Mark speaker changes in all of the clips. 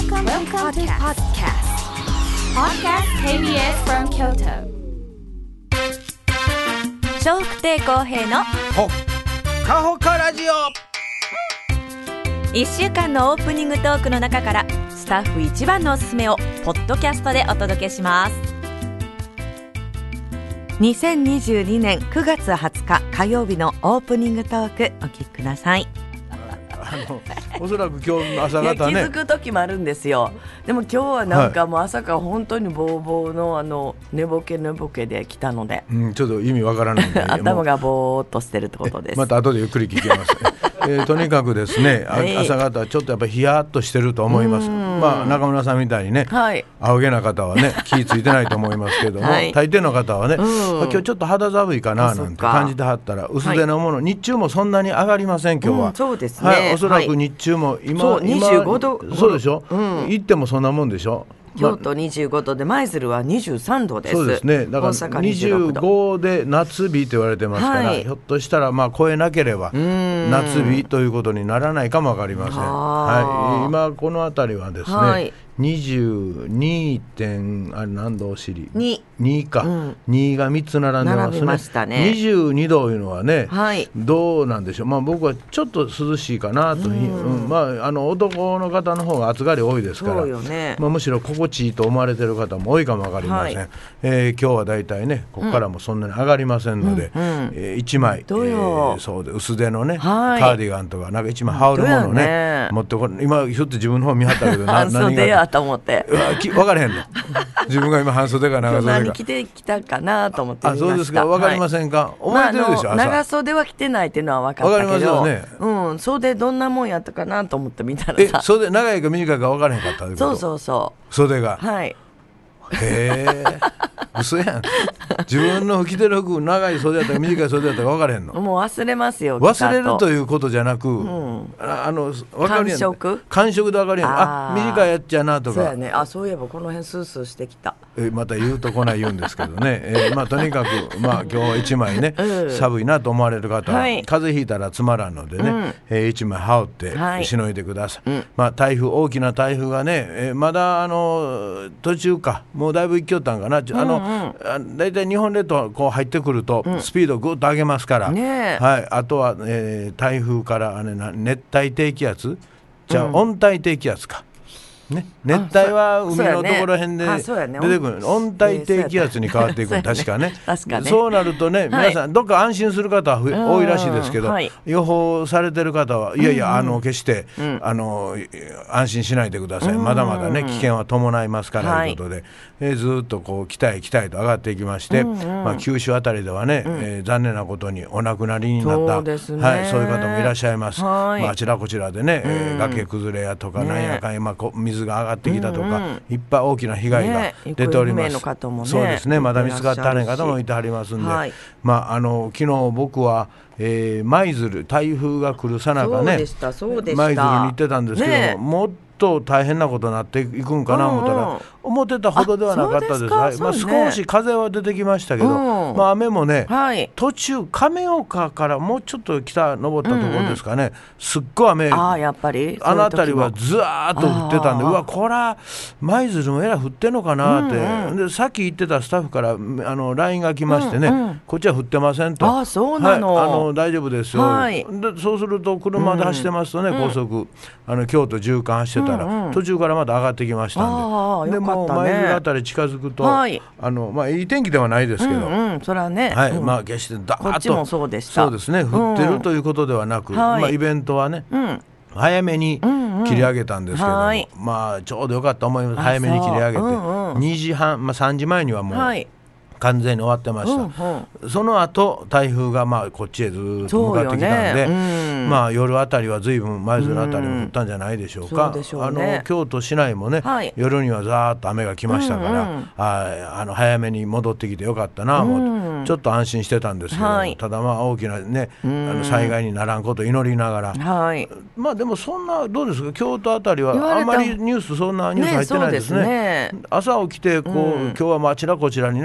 Speaker 1: Welcome to podcast. Podcast KBS from Kyoto.
Speaker 2: 笑福亭公平の
Speaker 3: ほっかほかラジオ。
Speaker 2: 1週間のオープニングトークの中からスタッフ一番のおすすめをポッドキャストでお届けします。2022年9月20日火曜日のオープニングトークお聞きください。
Speaker 3: おそらく今日の朝方ね、
Speaker 4: 気づく時もあるんですよ。でも今日はなんかもう朝から本当にボーボーの寝ぼけで来たので、
Speaker 3: ちょっと意味わからないんで
Speaker 4: 頭がぼーっとしてるってことです。
Speaker 3: また後でゆっくり聞きます、とにかくですね、朝方ちょっとやっぱりヒヤッとしてると思います。まあ中村さんみたいにね、青毛な方はね気ついてないと思いますけども、大抵の方はね、今日ちょっと肌寒いかななんて感じてはったら薄手のもの、日中もそんなに上がりません今日は。
Speaker 4: そうですね、
Speaker 3: おそらく日中も今
Speaker 4: 25度
Speaker 3: そうでしょ、行ってもそんなもんでしょ。
Speaker 4: 京都25度で舞鶴は23度です。
Speaker 3: そうですね、だから25で夏日と言われてますから、ひょっとしたらまあ超えなければ夏日ということにならないかも分かりません。今この辺りはですね、22. 何度お尻 2か、2が3つ並んでますね。
Speaker 4: ましたね。
Speaker 3: 22度いうのはね、どうなんでしょう。まあ僕はちょっと涼しいかなと、男の方の方が暑がり多いですから、むしろ心地いいと思われている方も多いかも分かりません。今日はだいたいねここからもそんなに上がりませんので、1枚、そうで薄手のね、カーディガンとかなんか1枚羽織るものね持ってこれ。今ひょっと自分の方見張ったけど
Speaker 4: 半袖やと思って
Speaker 3: 分からへんの自分が今半袖か長袖か
Speaker 4: 何着てきたかなと思って見ました。
Speaker 3: そうですか、分かりませんか、覚えてるでしょ。
Speaker 4: 長袖は着てないっていうのは分かったけど、
Speaker 3: 分かりますよね。
Speaker 4: 袖どんなもんやったかなと思って見たらさ、
Speaker 3: 袖長いか短いか分からへんかったってこと。
Speaker 4: そう
Speaker 3: 袖がへえ嘘やん。自分の着てる服長い袖やったか短い袖やったか分からへんの。
Speaker 4: もう忘れますよ。
Speaker 3: 忘れるということじゃなく、分かるやん。感触で分かるやん。短いやっちゃなとか。
Speaker 4: そうやね。そういえばこの辺スースーしてきた。
Speaker 3: また言うとこない言うんですけどね、とにかく今日は1枚ね、寒いなと思われる方は、風邪ひいたらつまらんのでね、1枚羽織ってしのいでください。大きな台風がね、まだ途中かもうだいぶ行きよったんかな。だいたい日本列島こう入ってくるとスピードぐっと上げますから、あとは、台風から熱帯低気圧温帯低気圧かね、熱帯は海のところへんで出てくる温帯低気圧に変わっていく確かね。そうなるとね、皆さんどっか安心する方は多いらしいですけど、予報されてる方はいやいや決して安心しないでください、まだまだね危険は伴いますからということで、ずっとこう北へ北へと上がっていきまして、九州あたりではね、残念なことにお亡くなりになった、そういう方もいらっしゃいます。あちらこちらでね、崖崩れやとかなんやかんや、水が上がってきたとか、いっぱい大きな被害が出ております。そうですね、まだ見つかってはない方もいてはりますんで、昨日僕は舞鶴台風が来るさなかね、舞鶴に行ってたんですけど、もっと大変なことになっていくんかな思ったら、思ってたほどではなかったです。少し風は出てきましたけど、雨もね、途中亀岡からもうちょっと北登ったところですかね、すっごい雨、
Speaker 4: やっぱり
Speaker 3: あの辺りはずーっと降ってたんで、こら舞鶴もえらい降ってんのかなって、でさっき言ってたスタッフからLINE が来ましてね、こっちは降ってませんと。
Speaker 4: そうなの、
Speaker 3: 大丈夫ですよ。でそうすると車で走ってますとね、高速京都縦貫走ってたら、途中からまた上がってきましたんで、でも舞鶴あたり近づくと、いい天気ではないですけど、
Speaker 4: それはね、
Speaker 3: 決してダーッと
Speaker 4: こっちもそうでした。
Speaker 3: そうですね、降ってるということではなく、イベントはね、早めに切り上げたんですけども、ちょうどよかったと思います。早めに切り上げて、2時半、3時前にはもう完全に終わってました。その後台風がこっちへずっと向かってきたんで、夜あたりは随分舞鶴あたりも降ったんじゃないでしょうか。京都市内もね、夜にはざーっと雨が来ましたから、早めに戻ってきてよかったなとちょっと安心してたんですけど、ただ大きなね災害にならんことを祈りながら、でもそんなどうですか、京都あたりはあんまりニュースそんなニュース入ってないですね。朝起きて今日はあちらこちらにねゴミ箱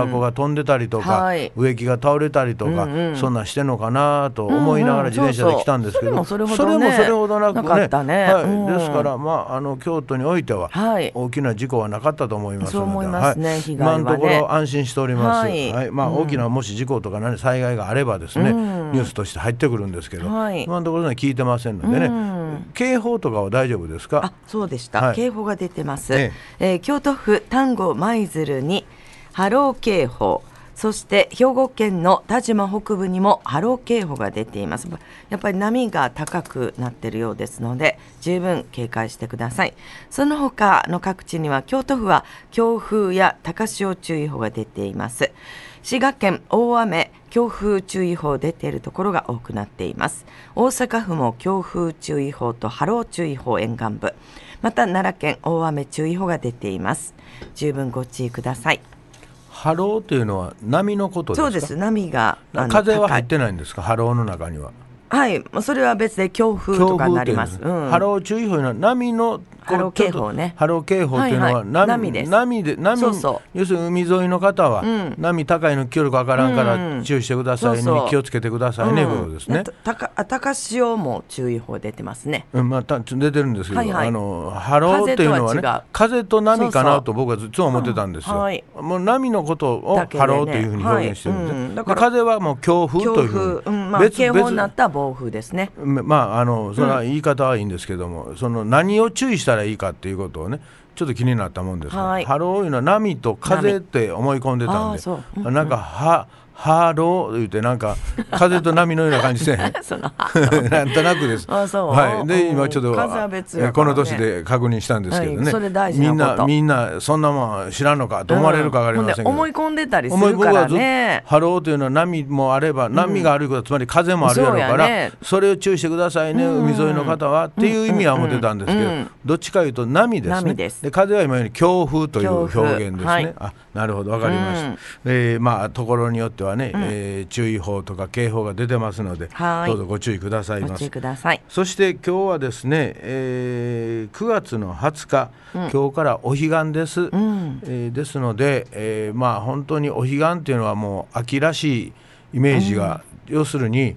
Speaker 3: 箱が飛んでたりとか、植木が倒れたりとか、そんなんしてんのかなと思いながら自転車で来たんですけど、それもそれほどなくね、ですから、京都においては大きな事故はなかったと思いますので、
Speaker 4: そう思いますね、被害はね。
Speaker 3: 今のところ安心しております。大きなもし事故とか災害があればですね、ニュースとして入ってくるんですけど、今のところ聞いてませんのでね。警報とかは大丈夫ですか？
Speaker 4: そうでした、警報が出てます。京都府丹後舞鶴に波浪警報、そして兵庫県の田島北部にも波浪警報が出ています。やっぱり波が高くなっているようですので、十分警戒してください。その他の各地には、京都府は強風や高潮注意報が出ています。滋賀県大雨強風注意報出ているところが多くなっています。大阪府も強風注意報と波浪注意報沿岸部、また奈良県大雨注意報が出ています。十分ご注意ください。
Speaker 3: 波浪というのは波のことですか？
Speaker 4: そうです、波が
Speaker 3: 風は入ってないんですか？波浪の中には。
Speaker 4: はい、それは別で強風とかになります。
Speaker 3: 波浪注意報は波の
Speaker 4: 波浪警報ね。
Speaker 3: 波浪警報というのは
Speaker 4: 波です。
Speaker 3: 波で要するに海沿いの方は、波高いの距離がわからんから注意してくださいね、気をつけてくださいね、ことですね。
Speaker 4: 高潮も注意報出てますね。
Speaker 3: 出てるんですけど、波浪というのはね、風と波かなと僕はずっと思ってたんですよ。もう波のことを波浪というふうに表現してるんですね。風はもう強風というふうに、
Speaker 4: 警報になった暴風ですね。
Speaker 3: その言い方はいいんですけども、その何を注意したらいいかっていうことをね、ちょっと気になったもんですが、波浪いうのは波と風って思い込んでたんで、なんか波浪言うてなんか風と波のような感じでなんとなくです。で今ちょっとこの年で確認したんですけどね、
Speaker 4: それ大事なこと。
Speaker 3: みんなそんなもん知らんのかと思われるか分かりませんけど、
Speaker 4: 思い込んでたりするからね。
Speaker 3: 波浪というのは波もあれば、波があることはつまり風もあるやろうから、それを注意してくださいね、海沿いの方はっていう意味は思ってたんですけど、どっちかいうと波ですね。で風は今より強風という表現ですね。なるほど、分かりました。ところによってはね、注意報とか警報が出てますので、どうぞご注意くださいませ。
Speaker 4: ご注意ください。
Speaker 3: そして今日はですね、9月の20日、今日からお彼岸です。ですので、本当にお彼岸っていうのはもう秋らしいイメージが、要するに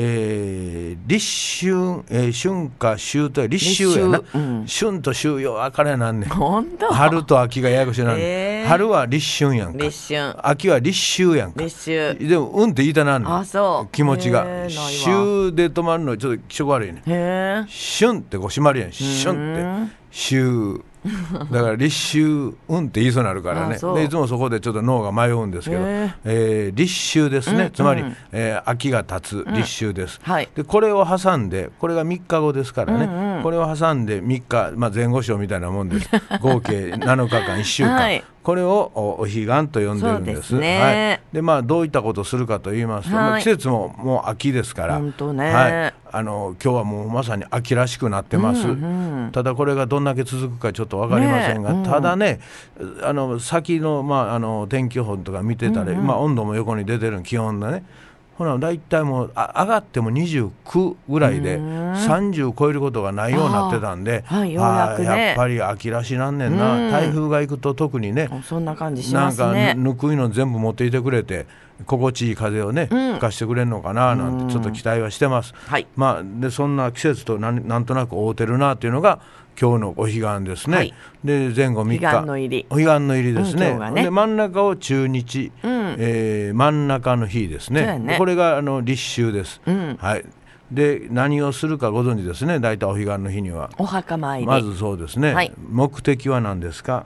Speaker 3: 立春、春夏秋と立秋やな、春と秋よ分からなんねん。春と秋がややこしいなんねん。春は立春やんか、秋は立秋やんか。でもって言いたなんねん、気持ちが。秋で止まるのちょっと気色悪いね。春ってこう締まるやん、春って秋だから立秋って言いそうになるからね。でいつもそこでちょっと脳が迷うんですけど、立秋ですね、つまり、秋が経つ立秋です。でこれを挟んで、これが3日後ですからね、これを挟んで3日、前後賞みたいなもんです。合計7日間1週間これをお彼岸と呼んでるんです。でどういったことをするかと言いますと、季節ももう秋ですから、今日はもうまさに秋らしくなってます。ただこれがどんだけ続くかちょっと分かりませんが、ただね、先の、天気予報とか見てたら、温度も横に出てる気温がね、ほらだいたいもう上がっても29ぐらいで30超えることがないようになってたんで、やっぱり秋らしなんねんな。台風が行くと特にね、
Speaker 4: そんな感じしますね。
Speaker 3: なんかぬくいの全部持っていてくれて、心地いい風をね、吹かしてくれるのかななんてちょっと期待はしてます。でそんな季節となんとなく合うてるなというのが今日のお彼岸ですね。で前後3日、お彼岸の入りですね。で真ん中を中日、真ん中の日ですね。これが立秋です。で何をするかご存知ですね。大体お彼岸の日には
Speaker 4: お墓参り、
Speaker 3: まずそうですね、目的は何ですか？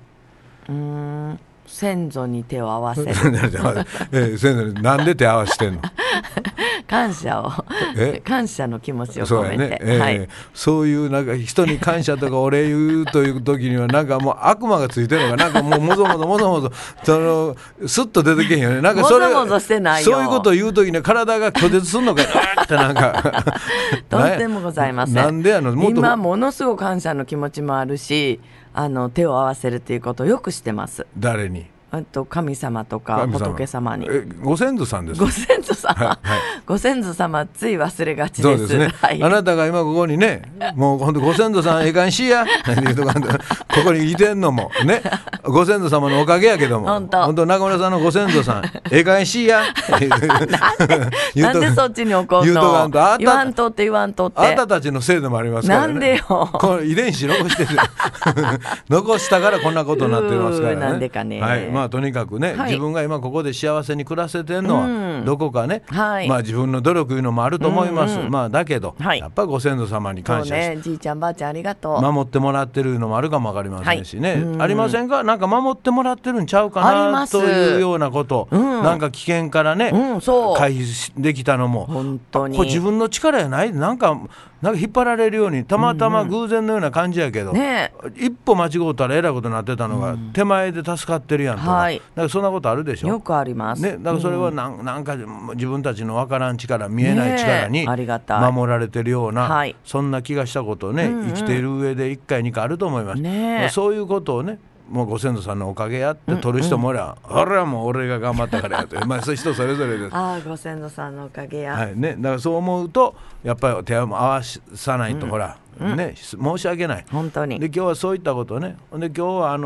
Speaker 4: 先祖に手を合わせる
Speaker 3: 先祖になんで手合わせてんの？
Speaker 4: 感謝の気持ちを込めて、
Speaker 3: そういうなんか人に感謝とかお礼言うという時にはなんかもう悪魔がついてるのか、なんかもうもぞもぞスッと出てけへんよね。なんかそれ
Speaker 4: もぞもぞしてないよ。
Speaker 3: そういうことを言う時に体が拒絶するのかってなんか
Speaker 4: とんでもございません。
Speaker 3: なんで
Speaker 4: 今ものすごく感謝の気持ちもあるし、手を合わせるということをよくしてます。
Speaker 3: 誰に？
Speaker 4: 神様とか仏様に。
Speaker 3: ご先祖さんです。
Speaker 4: ご先祖様、はい、ご先祖様つい忘れがちです。
Speaker 3: そうですね、はい、あなたが今ここにね、もう本当ご先祖さんええかんしやここにいてんのもね、ご先祖様のおかげやけども、本当中村さんのご先祖さんええかんしや
Speaker 4: なんでそっちに怒るの。言わんとって言わんとって、
Speaker 3: あなたたちのせいでもありますからね。
Speaker 4: なんでよ
Speaker 3: この遺伝子残してる残したからこんなことになってますからね。
Speaker 4: なんでかね、
Speaker 3: はい、まあとにかくね、自分が今ここで幸せに暮らせてるのはどこかね、まあ自分の努力いうのもあると思います。まあだけど、やっぱりご先祖様に感謝して、
Speaker 4: じいちゃんばあちゃんありがとう、
Speaker 3: 守ってもらってるのもあるかもわかりませんしね、ありませんか。なんか守ってもらってるんちゃうかなというようなこと、なんか危険からね、回避できたのも
Speaker 4: 本当に
Speaker 3: これ自分の力やない、なんか引っ張られるようにたまたま偶然のような感じやけど、一歩間違うたらえらいことになってたのが手前で助かってるやんとか、なんかそんなことあるでしょ。
Speaker 4: よくあります、
Speaker 3: ね、だからそれはなんか自分たちの分からん力、見えない力に守られてるような、そんな気がしたことをね、生きている上で1回2回あると思います。そういうことをね、もうご先祖さんのおかげやって取る人もおりゃ、俺はもう俺が頑張ったからやってまあそういう人それぞれです。
Speaker 4: ご先祖さんのおかげや、
Speaker 3: はいね、だからそう思うとやっぱり手を合わさないと、ほら、ね、申し訳ない
Speaker 4: 本当に。
Speaker 3: で今日はそういったことね、で今日は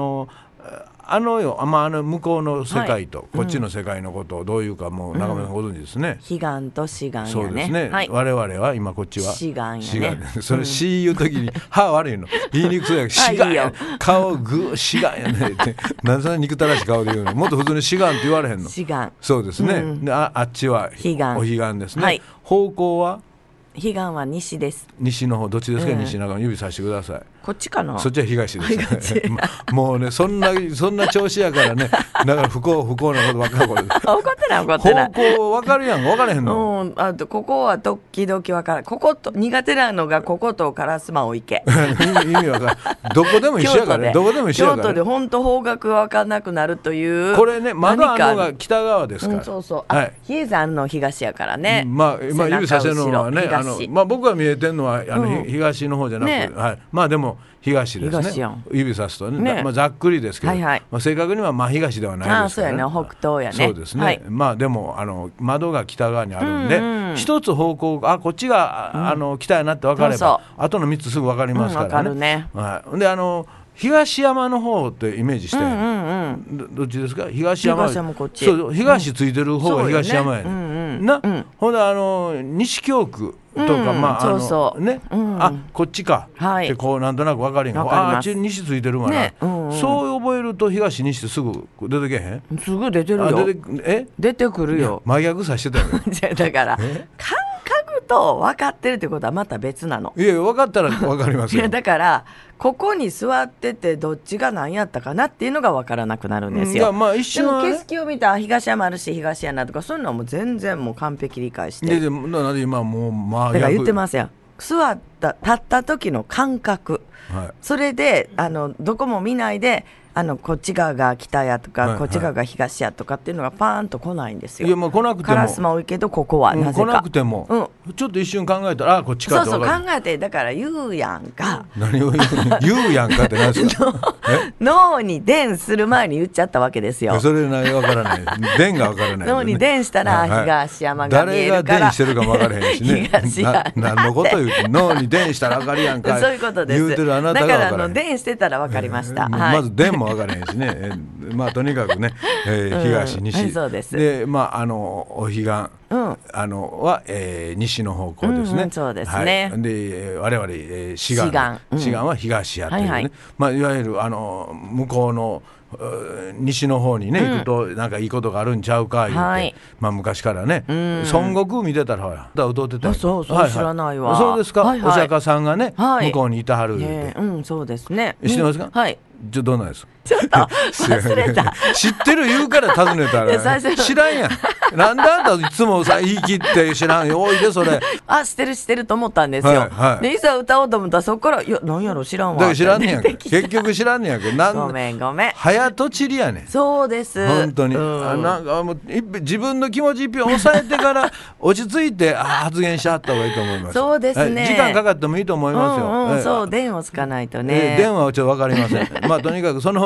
Speaker 3: 向こうの世界とこっちの世界のことをどういうかもう中村さんご存知ですね。
Speaker 4: 悲願と志願やね。
Speaker 3: そうですね、我々は今こっちは
Speaker 4: 志願やね。
Speaker 3: それ死言う時に歯悪いの言いにくそうやけど志願や顔グー志願やねってなんでそんな憎たらしい顔で言うの。もっと普通に志願って言われへんの。
Speaker 4: 志願。
Speaker 3: そうですね、であっちはお彼岸ですね。方向は
Speaker 4: 彼岸は西です。
Speaker 3: 西の方どっちですか。西の指さしてください。
Speaker 4: こっちかな。
Speaker 3: そっちは東ですもうねそんな調子やからねだから不幸なことばっかり怒
Speaker 4: ってない怒ってない。
Speaker 3: 方向分かるやん分からへんの。
Speaker 4: あとここは時々分からん。ここと苦手なのがここと烏丸池
Speaker 3: 意味分からん。どこでも一緒やからね。どこでも一緒やから、ね、
Speaker 4: 京都で本当方角が分からなくなるという。
Speaker 3: これね窓あるのが北側ですから、
Speaker 4: そうそう、比叡山の東やからね。
Speaker 3: まあ指させるのはね僕が見えてるのは東の方じゃなくて、まあでも東ですね。指さすとね、ざっくりですけど、正確には真東ではないですからね。
Speaker 4: そうやね、北東やね。
Speaker 3: そうですね、まあでも窓が北側にあるんで、一つ方向こっちが北やなって分かれば後の3つすぐ分かりますからね。で東山の方ってイメージして、どっちですか。東山
Speaker 4: もこっち。
Speaker 3: そう東ついてる方が東山やね。ほんで西京区とか、こっちかってこうなんとなく分かるんや。あっち西ついてるわな、そう覚えると東西ってすぐ出てけへん。
Speaker 4: すぐ出てるよ。出てくるよ。
Speaker 3: 真逆さしてたよ
Speaker 4: だから感覚と分かってるってことはまた別なの。
Speaker 3: いや分かったら分かりますよ。
Speaker 4: だからここに座っててどっちが何やったかなっていうのが分からなくなるんですよ。一瞬はね、でも景色を見たら東山あるし東やなとかそういうのはもう全然もう完璧理解して。
Speaker 3: でなんで今もう
Speaker 4: だから言ってますやん。立った時の感覚、それでどこも見ないでこっち側が北やとか、こっち側が東やとかっていうのがパーンと来ないんですよ。
Speaker 3: いや来なくても
Speaker 4: 烏丸多いけどここはなぜか、
Speaker 3: 来なくても、ちょっと一瞬考えたらこっちかって分かる。
Speaker 4: 考えてだから言うやんか。
Speaker 3: 何を言うやんかって何ですか
Speaker 4: 脳に電する前に言っちゃったわけですよ。
Speaker 3: それ分からない電が分からない、
Speaker 4: 脳に電したら東山が見えるから、
Speaker 3: 誰が電してるかも分からへんしね何のこと言うて脳に電したら分かるやんか
Speaker 4: そういうことです。
Speaker 3: 言うてるあなたが分からへん。
Speaker 4: だから電してたら分かりました、
Speaker 3: まず電も分からへんしねとにかくね、東西、
Speaker 4: そうです。
Speaker 3: でお彼岸は、西の方向ですね。
Speaker 4: そうですね。
Speaker 3: で我々、志願は東やというね、いわゆる向こうの西の方にね、行くとなんかいいことがあるんちゃうか言って、昔からね、孫悟空見てたらほら歌ってたよ。
Speaker 4: そう知らないわ。
Speaker 3: そうですか。お釈迦さんがね、向こうにいたはる言うて、
Speaker 4: そうですね。
Speaker 3: 知ってますか。
Speaker 4: はい。
Speaker 3: どうなんですか。
Speaker 4: ちょっと忘れた
Speaker 3: 知ってる言うから尋ねたら知らんやん。なんであんたいつも言い切って知らんよ多いでそれ。知ってると思ったんですよ。でいざ歌おうと思ったらそこから何やろ知らんわ。 だから知らんねやんか。結局知らんねやんか。
Speaker 4: ごめん。
Speaker 3: 早とちりやねん。
Speaker 4: そうです。
Speaker 3: 本当になんかもう自分の気持ち一票抑えてから落ち着いて発言しはった方がいいと思います。
Speaker 4: そうですね。
Speaker 3: 時間かかってもいいと思いますよ。
Speaker 4: そう電をつかないとね。
Speaker 3: 電話はちょっと分かりません。とにかくその方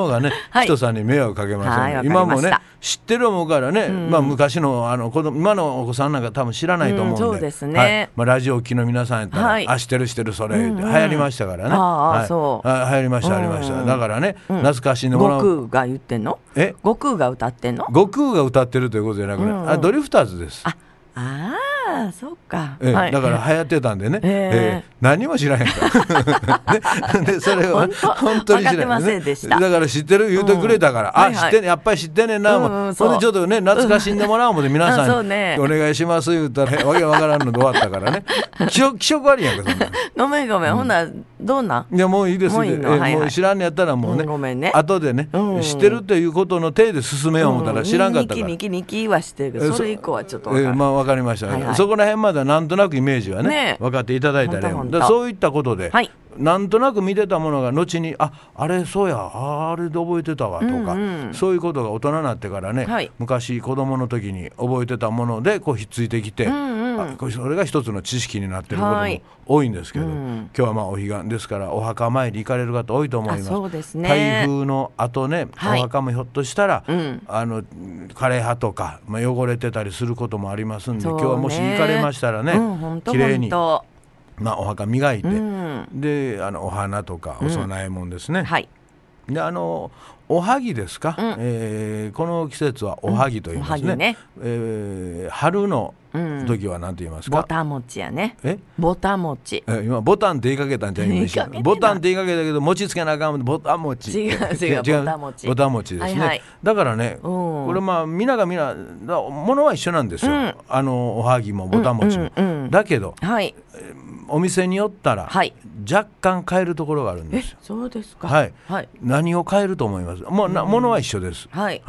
Speaker 3: 方がね、人さんに迷惑かけません、今もね知ってる思うからね、昔の子供、今のお子さんなんか多分知らないと思うんで、
Speaker 2: そうですね、
Speaker 3: ラジオ機の皆さんやったら、知ってる知ってる、それ流行りましたからね、流行りました、だからね、懐かしんでもらう。
Speaker 4: 悟空が言ってんの？悟空が歌ってんの？
Speaker 3: 悟空が歌ってるということじゃなくね、ドリフターズです。
Speaker 4: ああ、そうか、
Speaker 3: だから流行ってたんでね、何も知らへんからでそれは本当に知らへん、だから知ってる言うてくれたから、知ってんね、やっぱり知ってんねんな、それでちょっとね懐かしんでもらおう思って皆さんにお願いします言うたらわけわからんので終わったからね、気色悪いやんか、そんな。
Speaker 4: ごめん、ほんならどうなん？
Speaker 3: いやもういいです、もう知らんのやったらもうね、
Speaker 4: ごめんね、
Speaker 3: 後でね、知ってるということの体で進めよう思ったら知らんかったから、
Speaker 4: 2期は知ってるけど、それ以降はちょっと分からん。
Speaker 3: わかりました、そこら辺まではなんとなくイメージはね分かっていただいたら、そういったことで、なんとなく見てたものが後にあれそうや、あれで覚えてたわとか、そういうことが大人になってからね、昔子供の時に覚えてたものでこうひっついてきて、それが一つの知識になってることも多いんですけど、今日はお彼岸ですからお墓参り行かれる方多いと思います。
Speaker 4: そうですね、
Speaker 3: 台風の後ね、お墓もひょっとしたら、枯れ葉とか、汚れてたりすることもありますんで、今日はもし行かれましたらね、きれいにお墓磨いて、でお花とかお供え物ですね、でおはぎですか、この季節はおはぎと言いますね、春の時は何て言いますか？
Speaker 4: ぼたもちやね。ぼたもち。
Speaker 3: 今ボタンって言いかけたんじゃないか。ボタンって言いかけたけど餅つけなあかんぼたもち。
Speaker 4: 違うぼたもち。
Speaker 3: ぼたもちですね。だからね、これ皆が皆ものは一緒なんですよ。おはぎもぼたもちも。だけど、お店によったら若干変えるところがあるんですよ。
Speaker 4: そうですか。
Speaker 3: 何を変えると思います？ものは一緒です。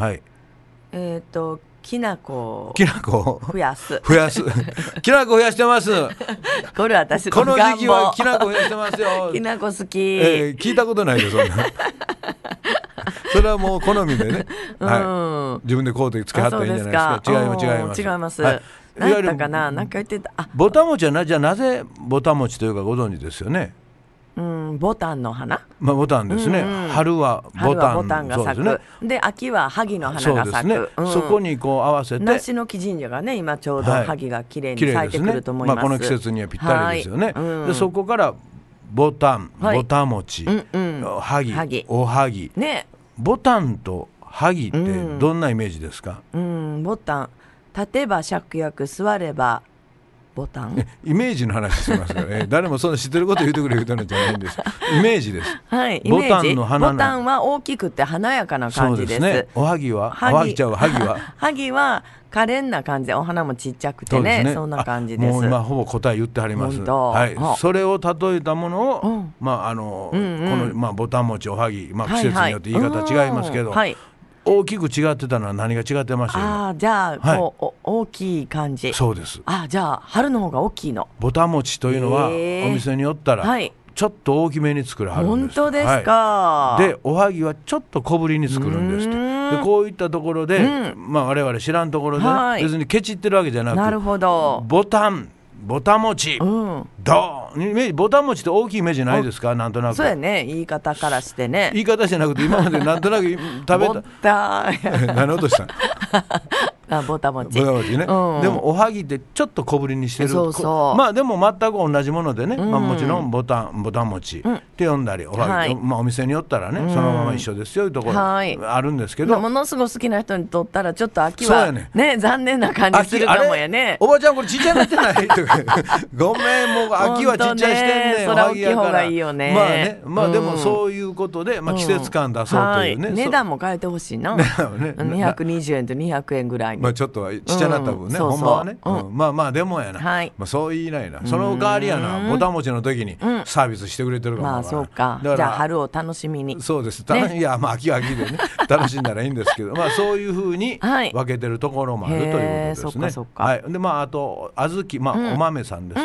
Speaker 4: きなこ増やす
Speaker 3: きなこ増やしてます
Speaker 4: これ私
Speaker 3: この時期はきなこ増やしてますよ
Speaker 4: きなこ好き、
Speaker 3: 聞いたことないよそんなそれはもう好みでね、自分でコートつけはったらいいんじゃないですか。
Speaker 4: 違います、何やったかな、なんか言ってた。
Speaker 3: ぼたもちはじゃあなぜぼたもちというかご存知ですよね。
Speaker 4: ボタンの花、
Speaker 3: ボタンですね、春はボタン
Speaker 4: が咲く、で秋は萩の花が咲く、
Speaker 3: そこにこう合わせて
Speaker 4: 梨の木神社がね今ちょうど萩がきれいに咲いてくると思います。
Speaker 3: この季節にはぴったりですよね。でそこからボタン、ぼたもち、萩、おはぎ、ボタンと萩ってどんなイメージですか？
Speaker 4: ボタン、立てば芍薬、座ればボタン、
Speaker 3: イメージの話してますから、誰もその知ってること言ってくれ言うてるんじゃないんです。イメージです。
Speaker 4: ボタンの花、ボタンは大きくて華やかな感じです。そうですね。
Speaker 3: おはぎは
Speaker 4: 萩は可憐な感じで、お花もちっちゃくてね、そんな感じです。
Speaker 3: もう今ほぼ答え言ってはります。それを例えたものを、このぼたもち、おはぎ、季節によって言い方違いますけど、大きく違ってたのは何が違ってましたよ。
Speaker 4: じゃあこう大きい感じ。
Speaker 3: そうです。
Speaker 4: じゃあ春の方が大きいの。
Speaker 3: ぼたもちというのはお店によったらちょっと大きめに作るはるんです。
Speaker 4: 本当ですか。
Speaker 3: でおはぎはちょっと小ぶりに作るんですって。でこういったところで、我々知らんところで、別にケチってるわけじゃなく、
Speaker 4: なるほど、
Speaker 3: ぼたもち、ぼたもちって大きいイメージないですか？なんとなく。
Speaker 4: そうやね、言い方からしてね。
Speaker 3: 言い方じゃなくて今までなんとなく食べた何落とした
Speaker 4: ぼたもち
Speaker 3: ね、でもおはぎってちょっと小ぶりにしてる。でも全く同じものでね、もちろんぼたもちって呼んだり、おはぎ、お店によったらね、そのまま一緒ですよいうところあるんですけど、
Speaker 4: ものすごく好きな人にとったらちょっと秋はね残念な感じするかもやね。
Speaker 3: おばちゃんこれちっちゃいなってないとかごめん、もう秋はちっちゃいしてんねん、おはぎやから。
Speaker 4: いいよね。
Speaker 3: でもそういうことで季節感出そうというね。
Speaker 4: 値段も変えてほしいな。220円と200円ぐらいに。
Speaker 3: ちょっとちっちゃなった分ね、ほんまはね。でもやな、そう言いないな。その代わりやな、ぼたもちの時にサービスしてくれてるかもわからない。
Speaker 4: そうか。じゃあ春を楽しみに。
Speaker 3: そうです。いや秋は秋でね楽しんだらいいんですけど、そういうふうに分けてるところもあるということですね。であと小豆、お豆さんですね。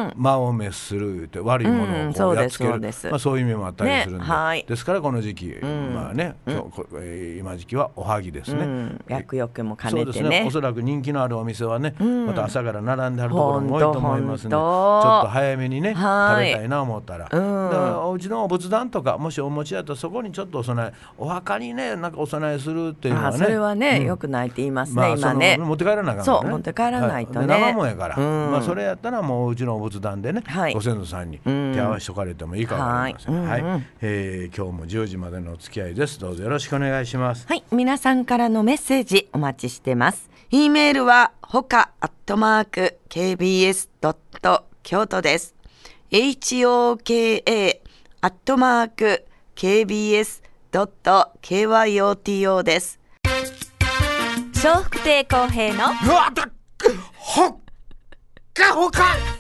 Speaker 3: 魔を滅するって悪いものをこうやっつける、そういう意味もあったりするんで、ですからこの時期、まあね、今時期はおはぎですね、
Speaker 4: 薬浴も兼ねてね。
Speaker 3: そうですね、おそらく人気のあるお店はね、また朝から並んであるところも多いと思いますので、ちょっと早めにね、食べたいな思ったら、だからお家のお仏壇とかもしお持ちだとそこにちょっとお供え、お墓にねなんかお供えするっていうのはね、
Speaker 4: それはね、よくないって言いますね、今ね。
Speaker 3: 持って帰らなあかんからね。
Speaker 4: そう持って帰らないとね、
Speaker 3: 生もんやから、それやったらもうお家のお仏壇でね、ご先祖さんに手合わせとかれてもいいかもわかりません。今日も10時までのお付き合いです。どうぞよろしくお願いします。
Speaker 4: はい、皆さんからのメッセージお待ちしてます。E メールはほか@kbs. 京都です。hoka@kbs.kyoto です。
Speaker 2: 笑福亭公平の
Speaker 3: ほっかほか